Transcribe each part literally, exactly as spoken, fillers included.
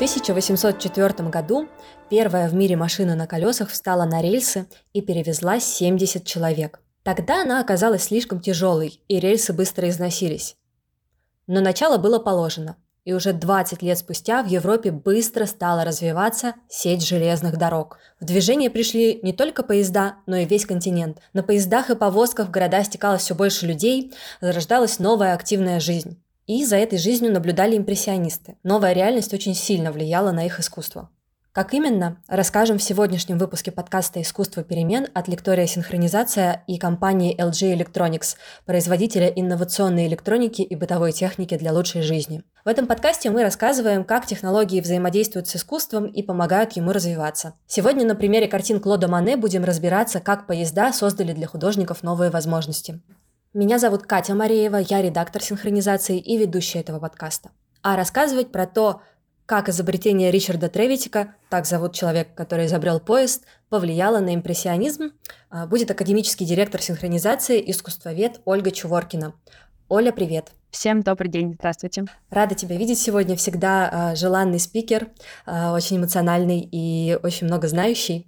тысяча восемьсот четвёртом году первая в мире машина на колесах встала на рельсы и перевезла семьдесят человек. Тогда она оказалась слишком тяжелой, и рельсы быстро износились. Но начало было положено, и уже двадцать лет спустя в Европе быстро стала развиваться сеть железных дорог. В движение пришли не только поезда, но и весь континент. На поездах и повозках в города стекалось все больше людей, зарождалась новая активная жизнь. И за этой жизнью наблюдали импрессионисты. Новая реальность очень сильно влияла на их искусство. Как именно, расскажем в сегодняшнем выпуске подкаста «Искусство перемен» от лектория «Синхронизация» и компании эл джи Electronics, производителя инновационной электроники и бытовой техники для лучшей жизни. В этом подкасте мы рассказываем, как технологии взаимодействуют с искусством и помогают ему развиваться. Сегодня на примере картин Клода Моне будем разбираться, как поезда создали для художников новые возможности. Меня зовут Катя Мареева, я редактор «Синхронизации» и ведущая этого подкаста. А рассказывать про то, как изобретение Ричарда Тревитика, так зовут человек, который изобрел поезд, повлияло на импрессионизм, будет академический директор «Синхронизации» искусствовед Ольга Чуворкина. Оля, привет! Всем добрый день, здравствуйте. Рада тебя видеть сегодня, всегда желанный спикер, очень эмоциональный и очень много знающий.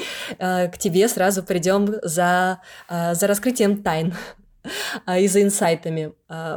К тебе сразу придем за, за раскрытием тайн и за инсайтами.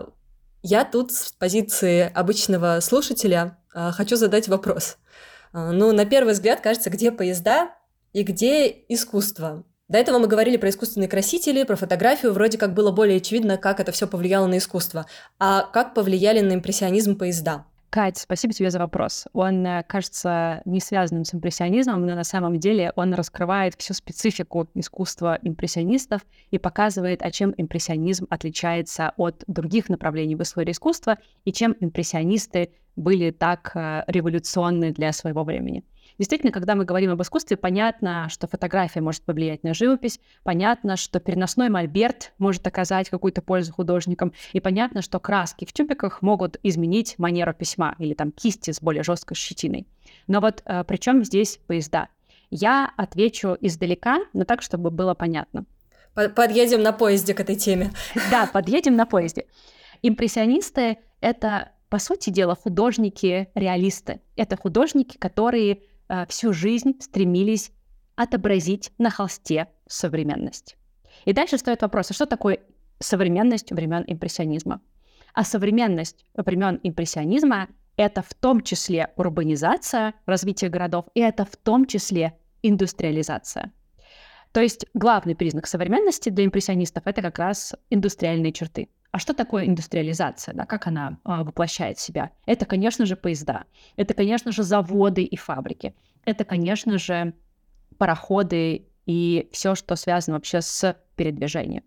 Я тут с позиции обычного слушателя хочу задать вопрос. Ну, на первый взгляд, кажется, где поезда и где искусство? До этого мы говорили про искусственные красители, про фотографию, вроде как было более очевидно, как это все повлияло на искусство. А как повлияли на импрессионизм поезда? Кать, спасибо тебе за вопрос. Он кажется не связанным с импрессионизмом, но на самом деле он раскрывает всю специфику искусства импрессионистов и показывает, а чем импрессионизм отличается от других направлений в истории искусства и чем импрессионисты были так революционны для своего времени. Действительно, когда мы говорим об искусстве, понятно, что фотография может повлиять на живопись, понятно, что переносной мольберт может оказать какую-то пользу художникам, и понятно, что краски в тюбиках могут изменить манеру письма или там кисти с более жесткой щетиной. Но вот э, при чем здесь поезда? Я отвечу издалека, но так, чтобы было понятно. Подъедем на поезде к этой теме. Да, подъедем на поезде. Импрессионисты — это, по сути дела, художники-реалисты. Это художники, которые всю жизнь стремились отобразить на холсте современность. И дальше стоит вопрос, а что такое современность времен импрессионизма? А современность времен импрессионизма — это в том числе урбанизация, развитие городов, и это в том числе индустриализация. То есть главный признак современности для импрессионистов — это как раз индустриальные черты. А что такое индустриализация? Да, как она э, воплощает себя? Это, конечно же, поезда. Это, конечно же, заводы и фабрики. Это, конечно же, пароходы и все, что связано вообще с передвижением.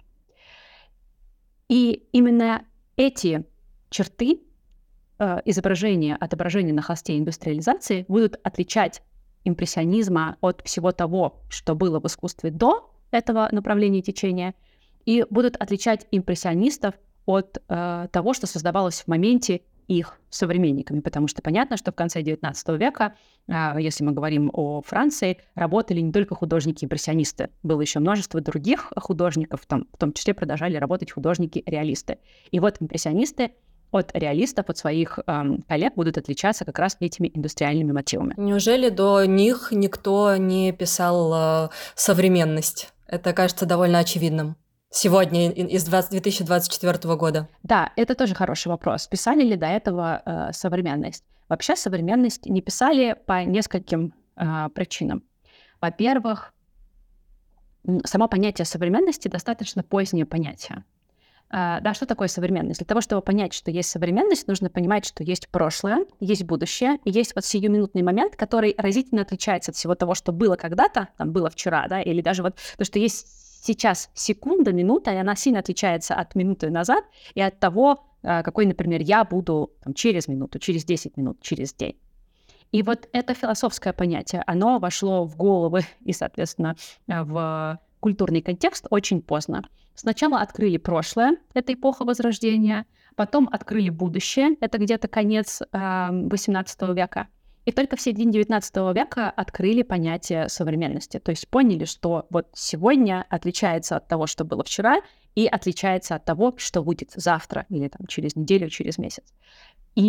И именно эти черты э, изображения, отображения на холсте индустриализации будут отличать импрессионизма от всего того, что было в искусстве до этого направления течения, и будут отличать импрессионистов от э, того, что создавалось в моменте их современниками, потому что понятно, что в конце девятнадцатого века, э, если мы говорим о Франции, работали не только художники-импрессионисты, было еще множество других художников, там, в том числе продолжали работать художники-реалисты. И вот импрессионисты от реалистов, от своих э, коллег будут отличаться как раз этими индустриальными мотивами. Неужели до них никто не писал э, современность? Это кажется довольно очевидным. Сегодня, из две тысячи двадцать четвёртого года. Да, это тоже хороший вопрос. Писали ли до этого э, современность? Вообще современность не писали по нескольким э, причинам. Во-первых, само понятие современности достаточно позднее понятие. Э, да, что такое современность? Для того, чтобы понять, что есть современность, нужно понимать, что есть прошлое, есть будущее, и есть вот сиюминутный момент, который разительно отличается от всего того, что было когда-то, там было вчера, да, или даже вот то, что есть сейчас секунда, минута, и она сильно отличается от минуты назад и от того, какой, например, я буду там, через минуту, через десять минут, через день. И вот это философское понятие, оно вошло в головы и, соответственно, в культурный контекст очень поздно. Сначала открыли прошлое, это эпоха Возрождения, потом открыли будущее, это где-то конец восемнадцатого века. И только в середине девятнадцатого века открыли понятие современности. То есть поняли, что вот сегодня отличается от того, что было вчера, и отличается от того, что будет завтра или там, через неделю, через месяц. И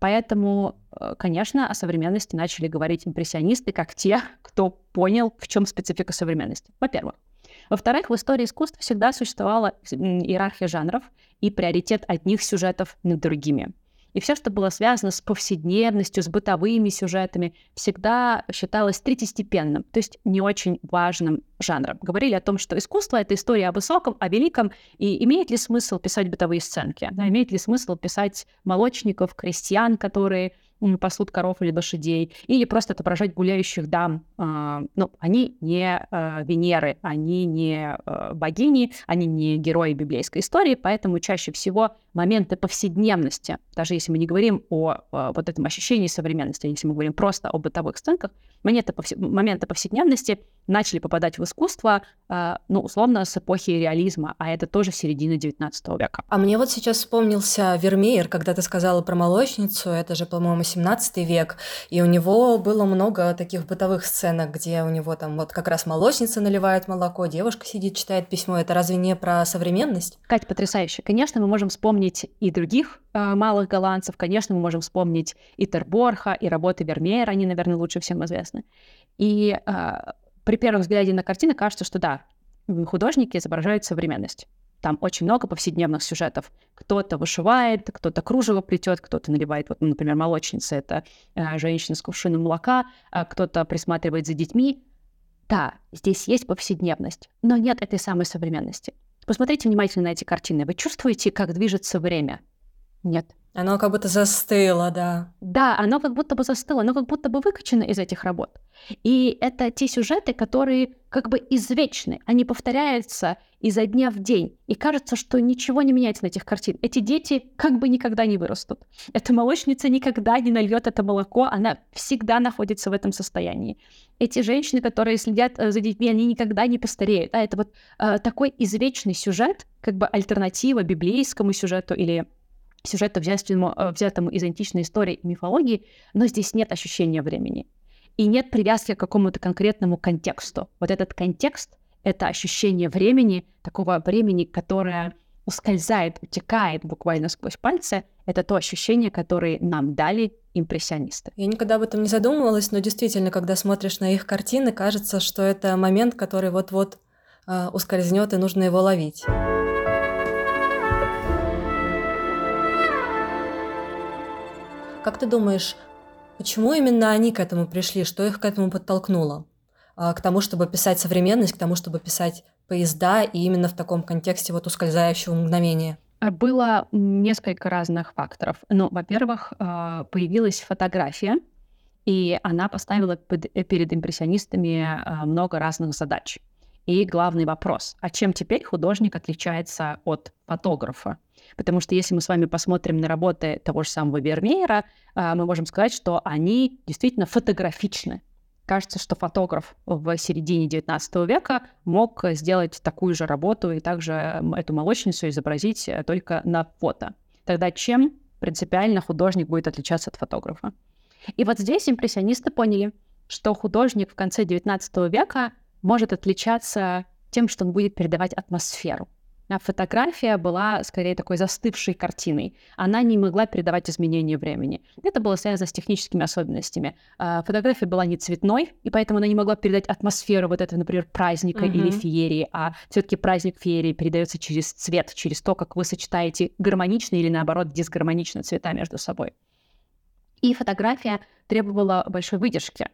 Поэтому, конечно, о современности начали говорить импрессионисты как те, кто понял, в чем специфика современности. Во-первых. Во-вторых, в истории искусства всегда существовала иерархия жанров и приоритет одних сюжетов над другими. И все, что было связано с повседневностью, с бытовыми сюжетами, всегда считалось третьестепенным, то есть не очень важным жанром. Говорили о том, что искусство — это история о высоком, о великом, и имеет ли смысл писать бытовые сценки? Да, имеет ли смысл писать молочников, крестьян, которые пасут коров или лошадей, или просто отображать гуляющих дам. Э, ну, они не э, Венеры, они не э, богини, они не герои библейской истории, поэтому чаще всего моменты повседневности, даже если мы не говорим о, о вот этом ощущении современности, если мы говорим просто о бытовых сценках, моменты, повсе- моменты повседневности начали попадать в искусство, э, ну, условно, с эпохи реализма, а это тоже середина девятнадцатого века. А мне вот сейчас вспомнился Вермеер, когда ты сказала про молочницу, это же, по-моему, семнадцатый век, и у него было много таких бытовых сценок, где у него там вот как раз молочница наливает молоко, девушка сидит, читает письмо. Это разве не про современность? Катя, потрясающе. Конечно, мы можем вспомнить и других э, малых голландцев, конечно, мы можем вспомнить и Терборха, и работы Вермеера, они, наверное, лучше всем известны. И э, при первом взгляде на картины кажется, что да, художники изображают современность. Там очень много повседневных сюжетов. Кто-то вышивает, кто-то кружево плетет, кто-то наливает, вот, например, молочница — это э, женщина с кувшином молока, э, кто-то присматривает за детьми. Да, здесь есть повседневность, но нет этой самой современности. Посмотрите внимательно на эти картины. Вы чувствуете, как движется время? Нет. Оно как будто застыло, да. Да, оно как будто бы застыло, оно как будто бы выкачано из этих работ. И это те сюжеты, которые как бы извечны, они повторяются изо дня в день. И кажется, что ничего не меняется на этих картинах. Эти дети как бы никогда не вырастут. Эта молочница никогда не нальет это молоко, она всегда находится в этом состоянии. Эти женщины, которые следят за детьми, они никогда не постареют. Да, это вот э, такой извечный сюжет, как бы альтернатива библейскому сюжету или сюжету, взятому, взятому из античной истории и мифологии, но здесь нет ощущения времени. И нет привязки к какому-то конкретному контексту. Вот этот контекст — это ощущение времени, такого времени, которое ускользает, утекает буквально сквозь пальцы. Это то ощущение, которое нам дали импрессионисты. Я никогда об этом не задумывалась, но действительно, когда смотришь на их картины, кажется, что это момент, который вот-вот э, ускользнет, и нужно его ловить. Как ты думаешь, почему именно они к этому пришли? Что их к этому подтолкнуло? К тому, чтобы писать современность, к тому, чтобы писать поезда, и именно в таком контексте вот ускользающего мгновения? Было несколько разных факторов. Ну, во-первых, появилась фотография, и она поставила перед импрессионистами много разных задач. И главный вопрос: а чем теперь художник отличается от фотографа? Потому что если мы с вами посмотрим на работы того же самого Вермеера, мы можем сказать, что они действительно фотографичны. Кажется, что фотограф в середине девятнадцатого века мог сделать такую же работу и также эту молочницу изобразить только на фото. Тогда чем принципиально художник будет отличаться от фотографа? И вот здесь импрессионисты поняли, что художник в конце девятнадцатого века может отличаться тем, что он будет передавать атмосферу. А фотография была скорее такой застывшей картиной. Она не могла передавать изменения времени. Это было связано с техническими особенностями. Фотография была не цветной, и поэтому она не могла передать атмосферу вот этого, например, праздника mm-hmm. или феерии. А все-таки праздник феерии передается через цвет, через то, как вы сочетаете гармонично или, наоборот, дисгармонично цвета между собой. И фотография требовала большой выдержки.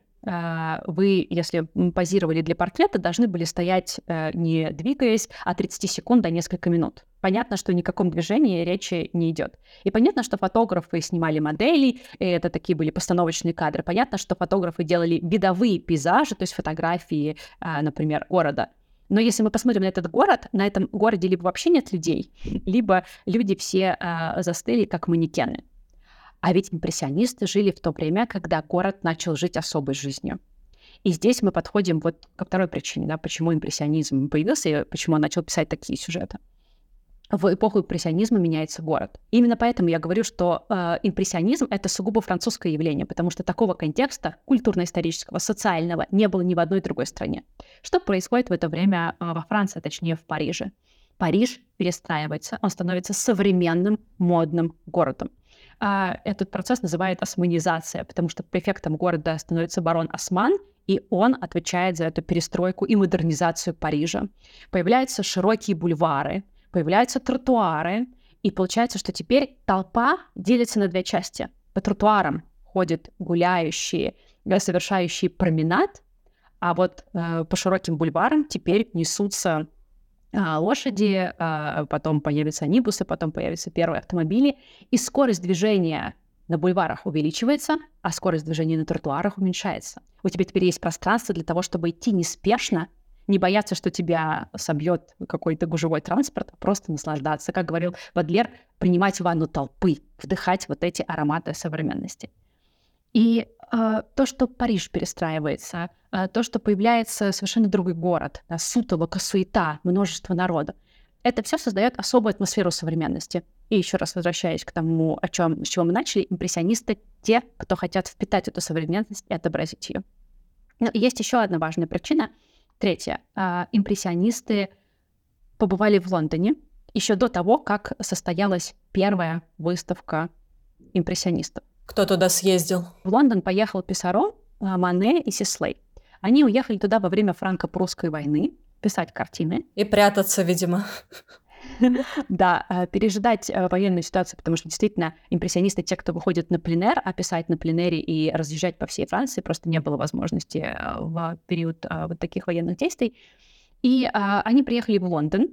Вы, если позировали для портрета, должны были стоять, не двигаясь, от тридцати секунд до нескольких минут. Понятно, что ни о каком движении речи не идет. И понятно, что фотографы снимали моделей, и это такие были постановочные кадры. Понятно, что фотографы делали видовые пейзажи, то есть фотографии, например, города. Но если мы посмотрим на этот город, на этом городе либо вообще нет людей, либо люди все застыли, как манекены. А ведь импрессионисты жили в то время, когда город начал жить особой жизнью. И здесь мы подходим вот ко второй причине, да, почему импрессионизм появился и почему он начал писать такие сюжеты. В эпоху импрессионизма меняется город. Именно поэтому я говорю, что э, импрессионизм — это сугубо французское явление, потому что такого контекста культурно-исторического, социального не было ни в одной другой стране. Что происходит в это время э, во Франции, точнее в Париже? Париж перестраивается, он становится современным, модным городом. А, этот процесс называют османизация, потому что префектом города становится барон Осман, и он отвечает за эту перестройку и модернизацию Парижа. Появляются широкие бульвары, появляются тротуары, и получается, что теперь толпа делится на две части. По тротуарам ходят гуляющие, совершающие променад, а вот э, по широким бульварам теперь несутся э, лошади, э, потом появятся амнибусы, потом появятся первые автомобили, и скорость движения на бульварах увеличивается, а скорость движения на тротуарах уменьшается. У тебя теперь есть пространство для того, чтобы идти неспешно, не бояться, что тебя собьет какой-то гужевой транспорт, а просто наслаждаться. Как говорил Бадлер, принимать ванну толпы, вдыхать вот эти ароматы современности. И э, то, что Париж перестраивается, э, то, что появляется совершенно другой город, да, сутолока, суета, множество народа, это все создает особую атмосферу современности. И еще раз возвращаясь к тому, о чем, с чего мы начали, импрессионисты — те, кто хотят впитать эту современность и отобразить ее. Но есть еще одна важная причина. Третье. Э, импрессионисты побывали в Лондоне еще до того, как состоялась первая выставка импрессионистов. Кто туда съездил? В Лондон поехал Писаро, Мане и Сислей. Они уехали туда во время франко-прусской войны писать картины. И прятаться, видимо. Да, пережидать военную ситуацию, потому что действительно импрессионисты — те, кто выходит на пленэр, а писать на пленэре и разъезжать по всей Франции просто не было возможности в период вот таких военных действий. И они приехали в Лондон.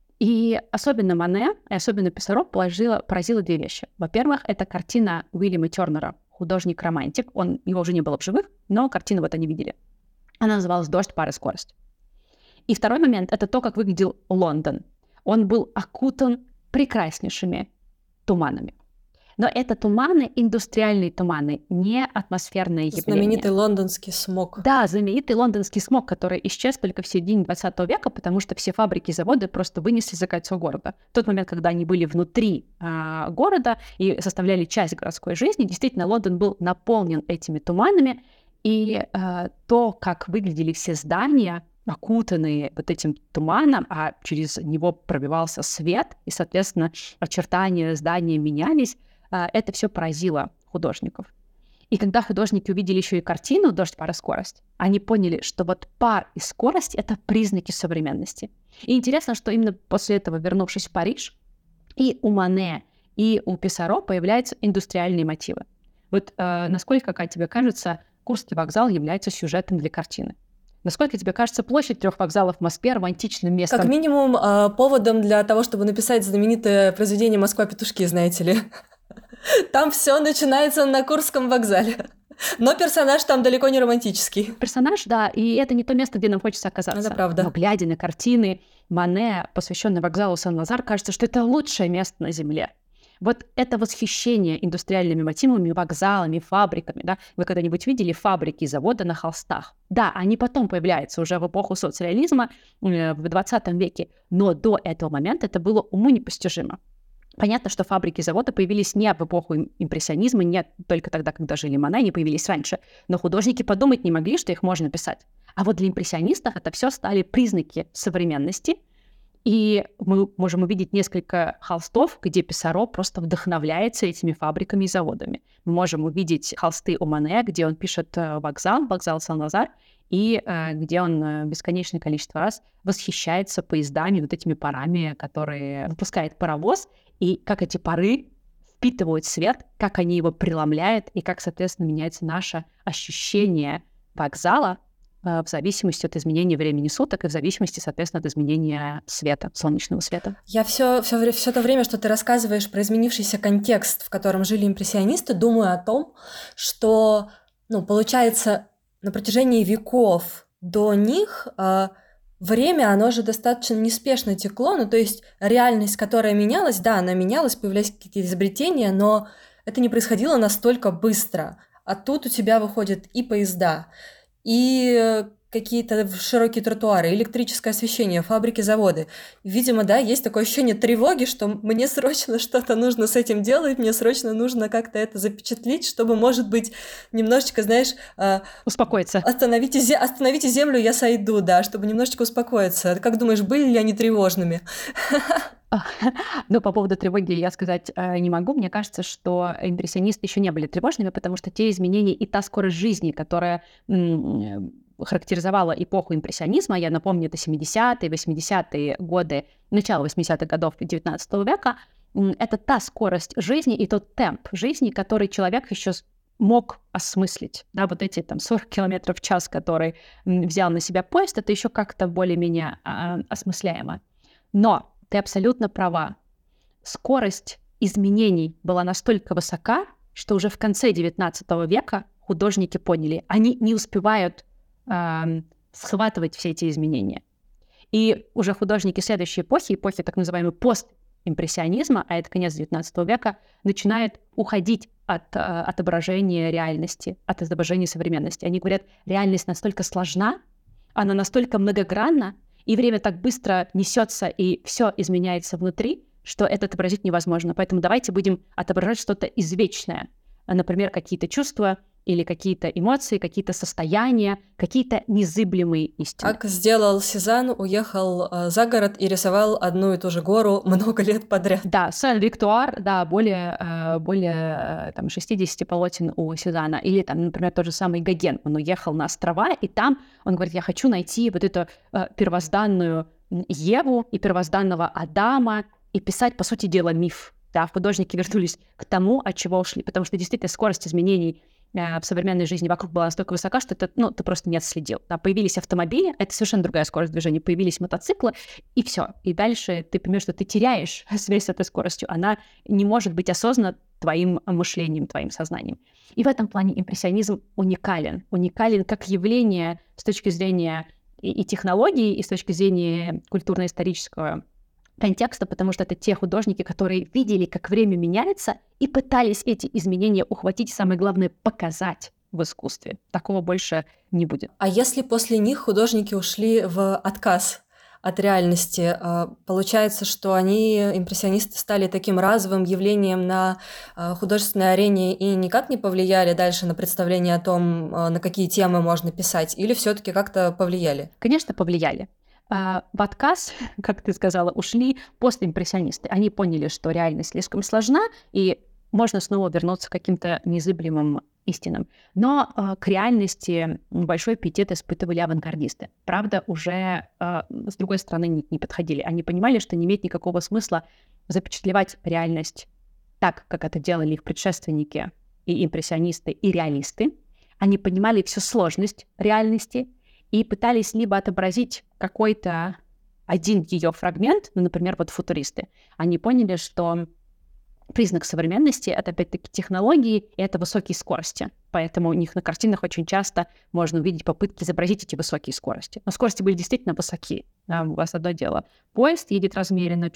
И особенно Мане, и особенно Писаро положила, поразило две вещи. Во-первых, это картина Уильяма Тернера, художник-романтик. Он, его уже не было в живых, но картину вот они видели. Она называлась «Дождь, пар и скорость». И второй момент — это то, как выглядел Лондон. Он был окутан прекраснейшими туманами. Но это туманы, индустриальные туманы, не атмосферные явления. Знаменитый лондонский смог. Да, знаменитый лондонский смог, который исчез только в середине двадцатого века, потому что все фабрики и заводы просто вынесли за кольцо города. В тот момент, когда они были внутри а, города и составляли часть городской жизни, действительно, Лондон был наполнен этими туманами, и а, то, как выглядели все здания, окутанные вот этим туманом, а через него пробивался свет, и, соответственно, очертания здания менялись, это все поразило художников. И когда художники увидели еще и картину «Дождь, пар и скорость», они поняли, что вот пар и скорость — это признаки современности. И интересно, что именно после этого, вернувшись в Париж, и у Мане, и у Писаро появляются индустриальные мотивы. Вот э, насколько, как тебе кажется, Курский вокзал является сюжетом для картины? Насколько тебе кажется площадь трех вокзалов в Москве романтичным местом? Как минимум э, поводом для того, чтобы написать знаменитое произведение «Москва-петушки», знаете ли. Там все начинается на Курском вокзале. Но персонаж там далеко не романтический. Персонаж, да, и это не то место, где нам хочется оказаться. Это правда. Но глядя на картины Мане, посвященные вокзалу Сен-Лазар, кажется, что это лучшее место на Земле. Вот это восхищение индустриальными мотивами, вокзалами, фабриками, да? Вы когда-нибудь видели фабрики и заводы на холстах? Да, они потом появляются уже в эпоху соцреализма в двадцатом веке, но до этого момента это было уму непостижимо. Понятно, что фабрики и заводы появились не в эпоху импрессионизма, не только тогда, когда жили Мане, они появились раньше, но художники подумать не могли, что их можно писать. А вот для импрессионистов это все стали признаки современности, и мы можем увидеть несколько холстов, где Писаро просто вдохновляется этими фабриками и заводами. Мы можем увидеть холсты у Мане, где он пишет вокзал, вокзал Сен-Лазар, и э, где он э, бесконечное количество раз восхищается поездами, вот этими парами, которые выпускает паровоз, и как эти пары впитывают свет, как они его преломляют, и как, соответственно, меняется наше ощущение вокзала э, в зависимости от изменения времени суток и в зависимости, соответственно, от изменения света, солнечного света. Я все, все, все то время, что ты рассказываешь про изменившийся контекст, в котором жили импрессионисты, думаю о том, что, ну, получается, на протяжении веков до них э, время, оно же достаточно неспешно текло, ну, то есть реальность, которая менялась, да, она менялась, появлялись какие-то изобретения, но это не происходило настолько быстро. А тут у тебя выходят и поезда, и какие-то широкие тротуары, электрическое освещение, фабрики, заводы. Видимо, да, есть такое ощущение тревоги, что мне срочно что-то нужно с этим делать, мне срочно нужно как-то это запечатлеть, чтобы, может быть, немножечко, знаешь... Успокоиться. Остановите, остановите землю, я сойду, да, чтобы немножечко успокоиться. Как думаешь, были ли они тревожными? Ну, по поводу тревоги я сказать э, не могу. Мне кажется, что импрессионисты еще не были тревожными, потому что те изменения и та скорость жизни, которая м- характеризовала эпоху импрессионизма, я напомню, это семидесятые, восьмидесятые годы, начало восьмидесятых годов девятнадцатого века, м- это та скорость жизни и тот темп жизни, который человек еще мог осмыслить. Да, вот эти там сорок километров в час, который м- взял на себя поезд, это еще как-то более-менее а- осмысляемо. Но ты абсолютно права. Скорость изменений была настолько высока, что уже в конце девятнадцатого века художники поняли, они не успевают э, схватывать все эти изменения. И уже художники следующей эпохи, эпохи так называемой постимпрессионизма, а это конец девятнадцатого века, начинают уходить от э, отображения реальности, от отображения современности. Они говорят, реальность настолько сложна, она настолько многогранна, и время так быстро несется, и все изменяется внутри, что это отобразить невозможно. Поэтому давайте будем отображать что-то извечное. Например, какие-то чувства или какие-то эмоции, какие-то состояния, какие-то незыблемые истины. Как сделал Сезанн, уехал э, за город и рисовал одну и ту же гору много лет подряд. Да, Сен-Виктуар, да, более, э, более э, там, шестьдесят полотен у Сезанна. Или, там, например, тот же самый Гоген. Он уехал на острова, и там он говорит, я хочу найти вот эту э, первозданную Еву и первозданного Адама и писать, по сути дела, миф. Да, художники вернулись к тому, от чего ушли, потому что действительно скорость изменений в современной жизни вокруг была настолько высока, что это, ну, ты просто не отследил. Да, появились автомобили, это совершенно другая скорость движения, появились мотоциклы, и все. И дальше ты понимаешь, что ты теряешь связь с этой скоростью. Она не может быть осознана твоим мышлением, твоим сознанием. И в этом плане импрессионизм уникален. Уникален как явление с точки зрения и, и технологий, и с точки зрения культурно-исторического контекста, потому что это те художники, которые видели, как время меняется, и пытались эти изменения ухватить, и самое главное, показать в искусстве. Такого больше не будет. А если после них художники ушли в отказ от реальности, получается, что они, импрессионисты, стали таким разовым явлением на художественной арене и никак не повлияли дальше на представление о том, на какие темы можно писать, или все-таки как-то повлияли? Конечно, повлияли. В отказ, как ты сказала, ушли постимпрессионисты. Они поняли, что реальность слишком сложна, и можно снова вернуться к каким-то незыблемым истинам. Но э, к реальности большой пиетет испытывали авангардисты. Правда, уже э, с другой стороны не, не подходили. Они понимали, что не имеет никакого смысла запечатлевать реальность так, как это делали их предшественники и импрессионисты, и реалисты. Они понимали всю сложность реальности, и пытались либо отобразить какой-то один ее фрагмент, ну, например, вот футуристы. Они поняли, что признак современности — это, опять-таки, технологии, и это высокие скорости. Поэтому у них на картинах очень часто можно увидеть попытки изобразить эти высокие скорости. Но скорости были действительно высокие. Да, у вас одно дело — поезд едет размеренно,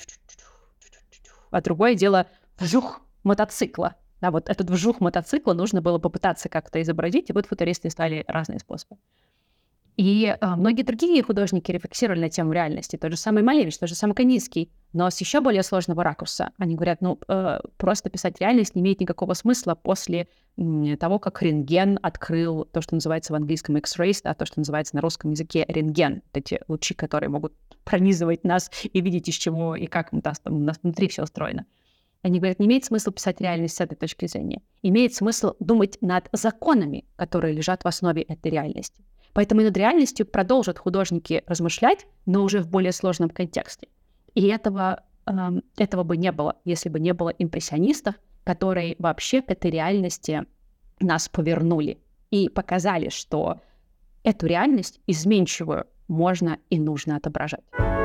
а другое дело — вжух мотоцикла. Да, вот этот вжух мотоцикла нужно было попытаться как-то изобразить, и вот футуристы стали разные способы. И э, многие другие художники рефлексировали на тему реальности. Тот же самый Малевич, тот же самый Кандинский, но с еще более сложного ракурса. Они говорят, ну, э, просто писать реальность не имеет никакого смысла после м, того, как рентген открыл то, что называется в английском X-rays, да, то, что называется на русском языке рентген. Вот эти лучи, которые могут пронизывать нас и видеть, из чего и как у нас, там, у нас внутри все устроено. Они говорят, не имеет смысла писать реальность с этой точки зрения. Имеет смысл думать над законами, которые лежат в основе этой реальности. Поэтому и над реальностью продолжат художники размышлять, но уже в более сложном контексте. И этого, э, этого бы не было, если бы не было импрессионистов, которые вообще к этой реальности нас повернули и показали, что эту реальность изменчивую можно и нужно отображать.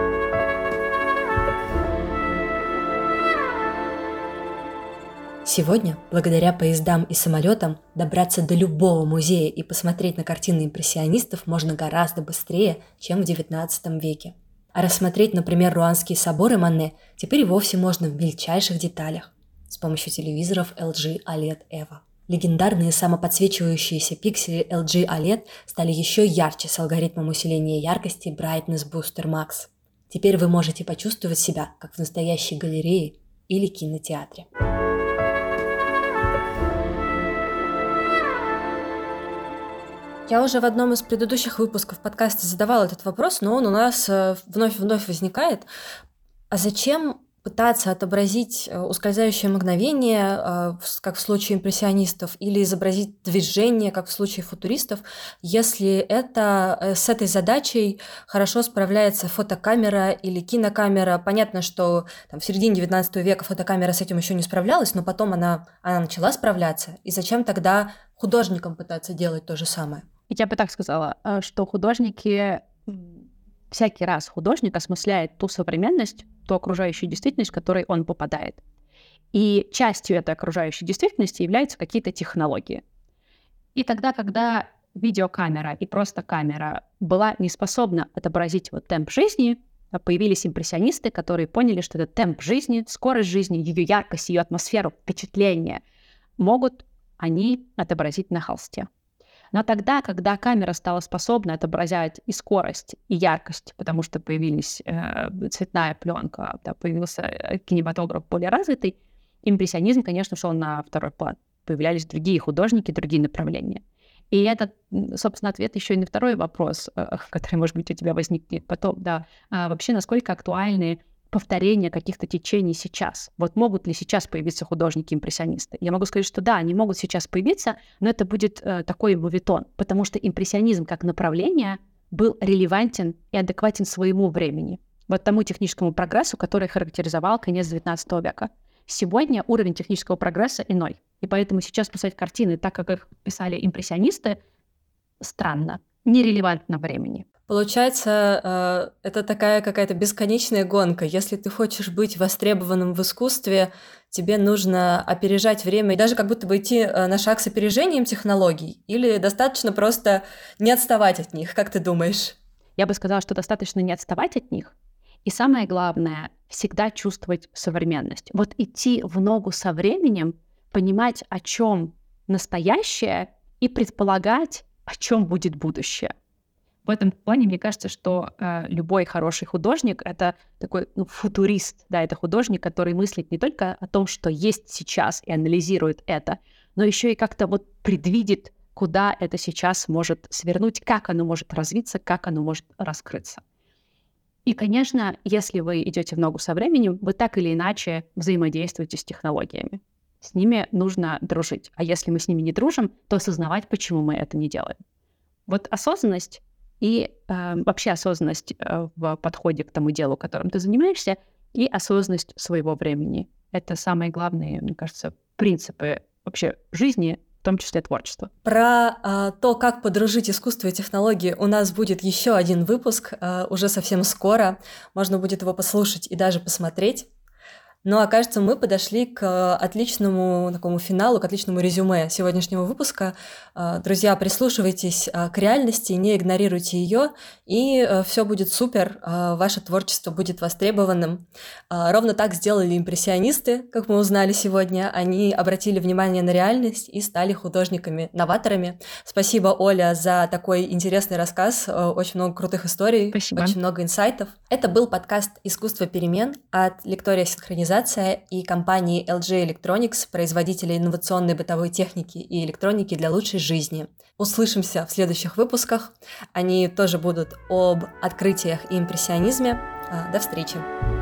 Сегодня, благодаря поездам и самолетам, добраться до любого музея и посмотреть на картины импрессионистов можно гораздо быстрее, чем в девятнадцатом веке. А рассмотреть, например, Руанские соборы Мане теперь и вовсе можно в мельчайших деталях с помощью телевизоров эл джи о лед Evo. Легендарные самоподсвечивающиеся пиксели эл джи о лед стали еще ярче с алгоритмом усиления яркости Brightness Booster Max. Теперь вы можете почувствовать себя, как в настоящей галерее или кинотеатре. Я уже в одном из предыдущих выпусков подкаста задавала этот вопрос, но он у нас вновь-вновь возникает. А зачем пытаться отобразить ускользающее мгновение, как в случае импрессионистов, или изобразить движение, как в случае футуристов, если это, с этой задачей хорошо справляется фотокамера или кинокамера? Понятно, что там, в середине девятнадцатого века фотокамера с этим еще не справлялась, но потом она, она начала справляться. И зачем тогда художникам пытаться делать то же самое? Я бы так сказала, что художники... Всякий раз художник осмысляет ту современность, ту окружающую действительность, в которой он попадает. И частью этой окружающей действительности являются какие-то технологии. И тогда, когда видеокамера и просто камера была не способна отобразить вот темп жизни, появились импрессионисты, которые поняли, что этот темп жизни, скорость жизни, ее яркость, ее атмосферу, впечатление могут они отобразить на холсте. Но тогда, когда камера стала способна отображать и скорость, и яркость, потому что появилась э, цветная пленка, да, появился кинематограф более развитый, импрессионизм, конечно, шел на второй план. Появлялись другие художники, другие направления. И это, собственно, ответ еще и на второй вопрос, э, который, может быть, у тебя возникнет потом. Да, а вообще, насколько актуальны повторения каких-то течений сейчас. Вот могут ли сейчас появиться художники-импрессионисты? Я могу сказать, что да, они могут сейчас появиться, но это будет э, такой мувитон, потому что импрессионизм как направление был релевантен и адекватен своему времени, вот тому техническому прогрессу, который характеризовал конец девятнадцатого века. Сегодня уровень технического прогресса иной, и поэтому сейчас писать картины так, как их писали импрессионисты, странно, нерелевантно времени. Получается, это такая какая-то бесконечная гонка. Если ты хочешь быть востребованным в искусстве, тебе нужно опережать время, и даже как будто бы идти на шаг с опережением технологий, или достаточно просто не отставать от них, как ты думаешь? Я бы сказала, что достаточно не отставать от них, и самое главное, всегда чувствовать современность. Вот идти в ногу со временем, понимать, о чем настоящее, и предполагать, о чем будет будущее. В этом плане мне кажется, что э, любой хороший художник — это такой ну, футурист, да, это художник, который мыслит не только о том, что есть сейчас, и анализирует это, но еще и как-то вот предвидит, куда это сейчас может свернуть, как оно может развиться, как оно может раскрыться. И, конечно, если вы идете в ногу со временем, вы так или иначе взаимодействуете с технологиями. С ними нужно дружить. А если мы с ними не дружим, то осознавать, почему мы это не делаем. Вот осознанность и э, вообще осознанность э, в подходе к тому делу, которым ты занимаешься, и осознанность своего времени. Это самые главные, мне кажется, принципы вообще жизни, в том числе творчества. Про э, то, как подружить искусство и технологии, у нас будет еще один выпуск, э, уже совсем скоро. Можно будет его послушать и даже посмотреть. Ну, а кажется, мы подошли к отличному такому финалу, к отличному резюме сегодняшнего выпуска. Друзья, прислушивайтесь к реальности, не игнорируйте ее, и все будет супер, ваше творчество будет востребованным. Ровно так сделали импрессионисты, как мы узнали сегодня. Они обратили внимание на реальность и стали художниками-новаторами. Спасибо, Оля, за такой интересный рассказ. Очень много крутых историй, Спасибо. Очень много инсайтов. Это был подкаст «Искусство перемен» от Лектория Синхронизация и компании эл джи Electronics, производителя инновационной бытовой техники и электроники для лучшей жизни. Услышимся в следующих выпусках. Они тоже будут об открытиях и импрессионизме. До встречи!